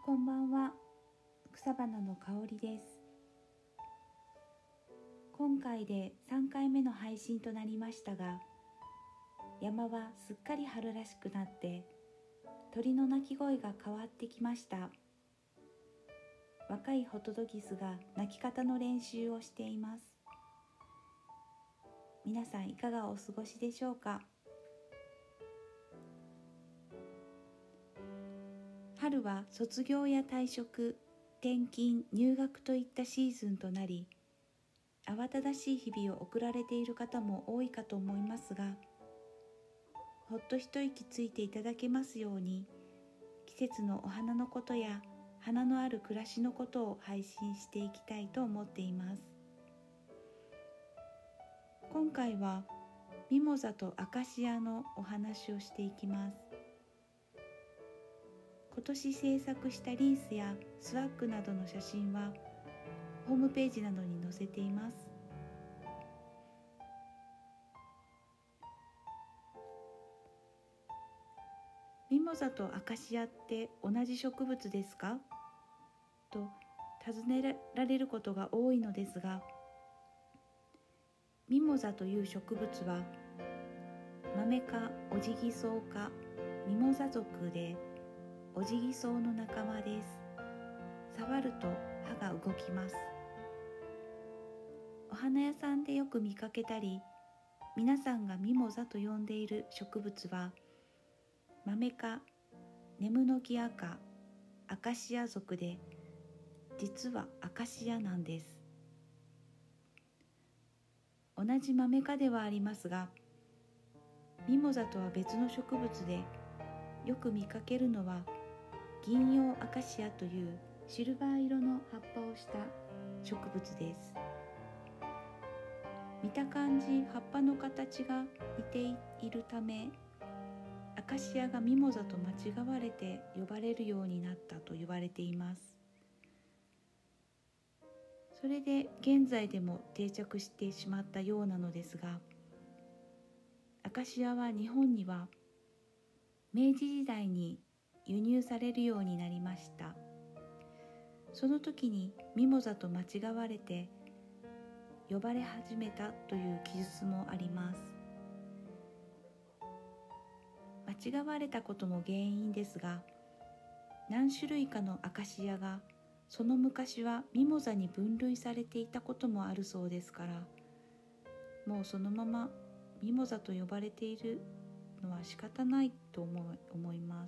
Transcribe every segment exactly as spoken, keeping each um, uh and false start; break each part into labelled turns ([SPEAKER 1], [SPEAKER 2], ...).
[SPEAKER 1] こんばんは。草花の香りです。今回でさんかいめの配信となりましたが、山はすっかり春らしくなって鳥の鳴き声が変わってきました。若いホトトギスが鳴き方の練習をしています。皆さんいかがお過ごしでしょうか。春は卒業や退職、転勤、入学といったシーズンとなり、慌ただしい日々を送られている方も多いかと思いますが、ほっと一息ついていただけますように、季節のお花のことや花のある暮らしのことを配信していきたいと思っています。今回はミモザとアカシアのお話をしていきます。今年制作したリースやスワッグなどの写真はホームページなどに載せています。ミモザとアカシアって同じ植物ですかと尋ねられることが多いのですが、ミモザという植物はマメ科オジギソウ科ミモザ属でオジギソウの仲間です。触ると葉が動きます。お花屋さんでよく見かけたり、皆さんがミモザと呼んでいる植物はマメ科ネムノキア科アカシア属で、実はアカシアなんです。同じマメ科ではありますが、ミモザとは別の植物で、よく見かけるのは銀葉アカシアというシルバー色の葉っぱをした植物です。見た感じ葉っぱの形が似ているため、アカシアがミモザと間違われて呼ばれるようになったと言われています。それで現在でも定着してしまったようなのですが、アカシアは日本には明治時代に輸入されるようになりました。その時にミモザと間違われて呼ばれ始めたという記述もあります。間違われたことも原因ですが、何種類かのアカシアがその昔はミモザに分類されていたこともあるそうですから、もうそのままミモザと呼ばれているのは仕方ないと思い、思います。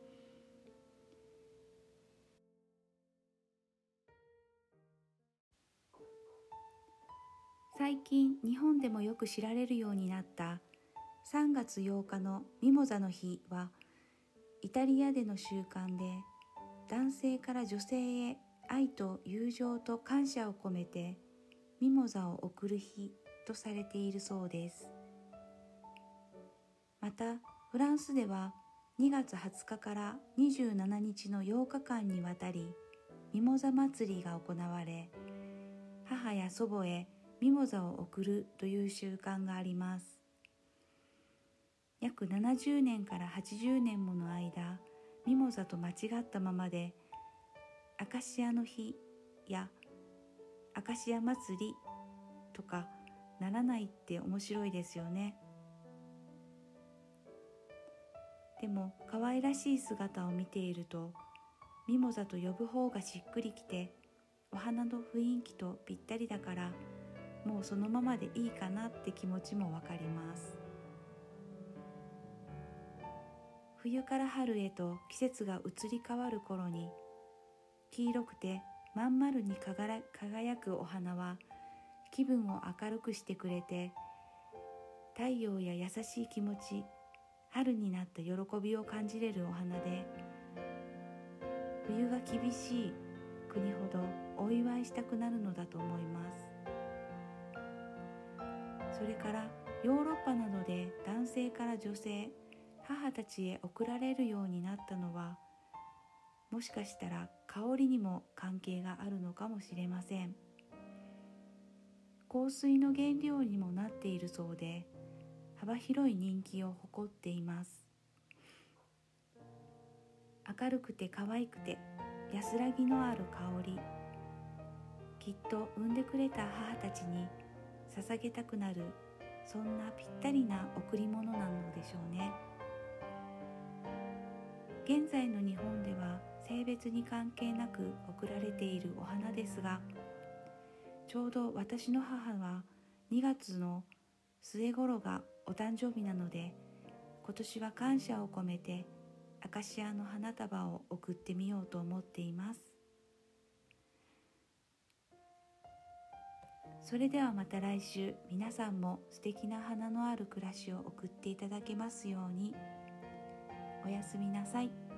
[SPEAKER 1] 最近日本でもよく知られるようになったさんがつようかのミモザの日は、イタリアでの習慣で、男性から女性へ愛と友情と感謝を込めてミモザを贈る日とされているそうです。またフランスではにがつはつかからにじゅうしちにちのようかかんにわたりミモザ祭りが行われ、母や祖母へミモザを贈るという習慣があります。約ななじゅうねんからはちじゅうねんもの間、ミモザと間違ったままで、アカシアの日やアカシア祭りとかならないって面白いですよね。でも可愛らしい姿を見ていると、ミモザと呼ぶ方がしっくりきて、お花の雰囲気とぴったりだから、もうそのままでいいかなって気持ちもわかります。冬から春へと季節が移り変わる頃に、黄色くてまん丸に輝くお花は気分を明るくしてくれて、太陽や優しい気持ち、春になった喜びを感じれるお花で、冬が厳しい国ほどお祝いしたくなるのだと思います。それからヨーロッパなどで男性から女性、母たちへ贈られるようになったのは、もしかしたら香りにも関係があるのかもしれません。香水の原料にもなっているそうで、幅広い人気を誇っています。明るくて可愛くて安らぎのある香り、きっと産んでくれた母たちに捧げたくなる、そんなぴったりな贈り物なのでしょうね。現在の日本では性別に関係なく贈られているお花ですが、ちょうど私の母はにがつの末頃がお誕生日なので、今年は感謝を込めてアカシアの花束を贈ってみようと思っています。それではまた来週、皆さんも素敵な花のある暮らしを送っていただけますように。おやすみなさい。